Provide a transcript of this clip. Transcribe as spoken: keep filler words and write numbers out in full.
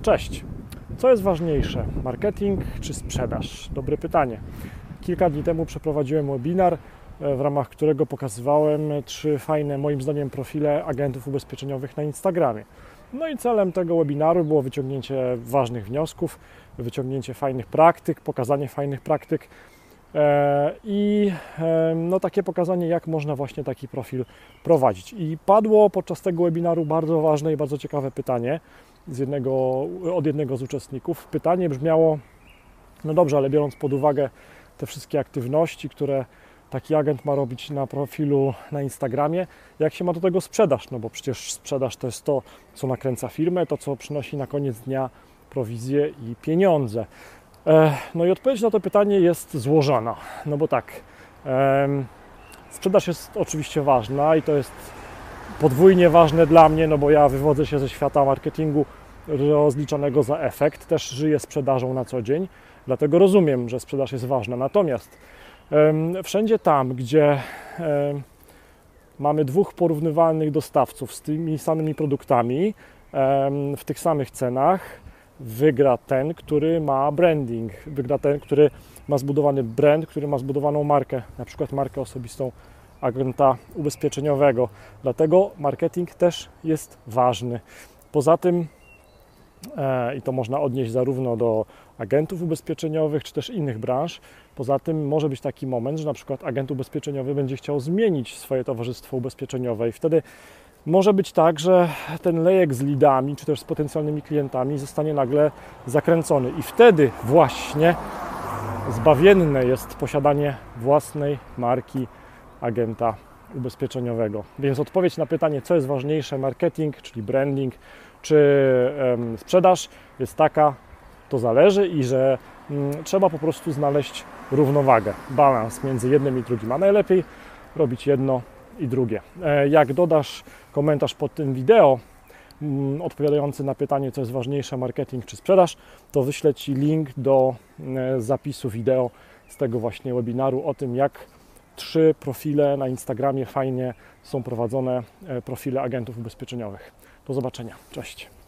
Cześć! Co jest ważniejsze, marketing czy sprzedaż? Dobre pytanie. Kilka dni temu przeprowadziłem webinar, w ramach którego pokazywałem trzy fajne, moim zdaniem, profile agentów ubezpieczeniowych na Instagramie. No i celem tego webinaru było wyciągnięcie ważnych wniosków, wyciągnięcie fajnych praktyk, pokazanie fajnych praktyk i no, takie pokazanie, jak można właśnie taki profil prowadzić. I padło podczas tego webinaru bardzo ważne i bardzo ciekawe pytanie z jednego, od jednego z uczestników. Pytanie brzmiało: no dobrze, ale biorąc pod uwagę te wszystkie aktywności, które taki agent ma robić na profilu na Instagramie, jak się ma do tego sprzedaż? No bo przecież sprzedaż to jest to, co nakręca firmę, to, co przynosi na koniec dnia prowizję i pieniądze. No i odpowiedź na to pytanie jest złożona, no bo tak, sprzedaż jest oczywiście ważna i to jest podwójnie ważne dla mnie, no bo ja wywodzę się ze świata marketingu rozliczanego za efekt, też żyję sprzedażą na co dzień, dlatego rozumiem, że sprzedaż jest ważna. Natomiast wszędzie tam, gdzie mamy dwóch porównywalnych dostawców z tymi samymi produktami w tych samych cenach, wygra ten, który ma branding, wygra ten, który ma zbudowany brand, który ma zbudowaną markę, na przykład markę osobistą agenta ubezpieczeniowego. Dlatego marketing też jest ważny. Poza tym, e, i to można odnieść zarówno do agentów ubezpieczeniowych, czy też innych branż, poza tym może być taki moment, że na przykład agent ubezpieczeniowy będzie chciał zmienić swoje towarzystwo ubezpieczeniowe i wtedy może być tak, że ten lejek z lidami, czy też z potencjalnymi klientami zostanie nagle zakręcony i wtedy właśnie zbawienne jest posiadanie własnej marki agenta ubezpieczeniowego. Więc odpowiedź na pytanie, co jest ważniejsze, marketing, czyli branding, czy um, sprzedaż, jest taka: to zależy i że um, trzeba po prostu znaleźć równowagę, balans między jednym i drugim, a najlepiej robić jedno i drugie. Jak dodasz komentarz pod tym wideo um, odpowiadający na pytanie, co jest ważniejsze, marketing czy sprzedaż, to wyślę Ci link do e, zapisu wideo z tego właśnie webinaru o tym, jak trzy profile na Instagramie fajnie są prowadzone, profile agentów ubezpieczeniowych. Do zobaczenia. Cześć.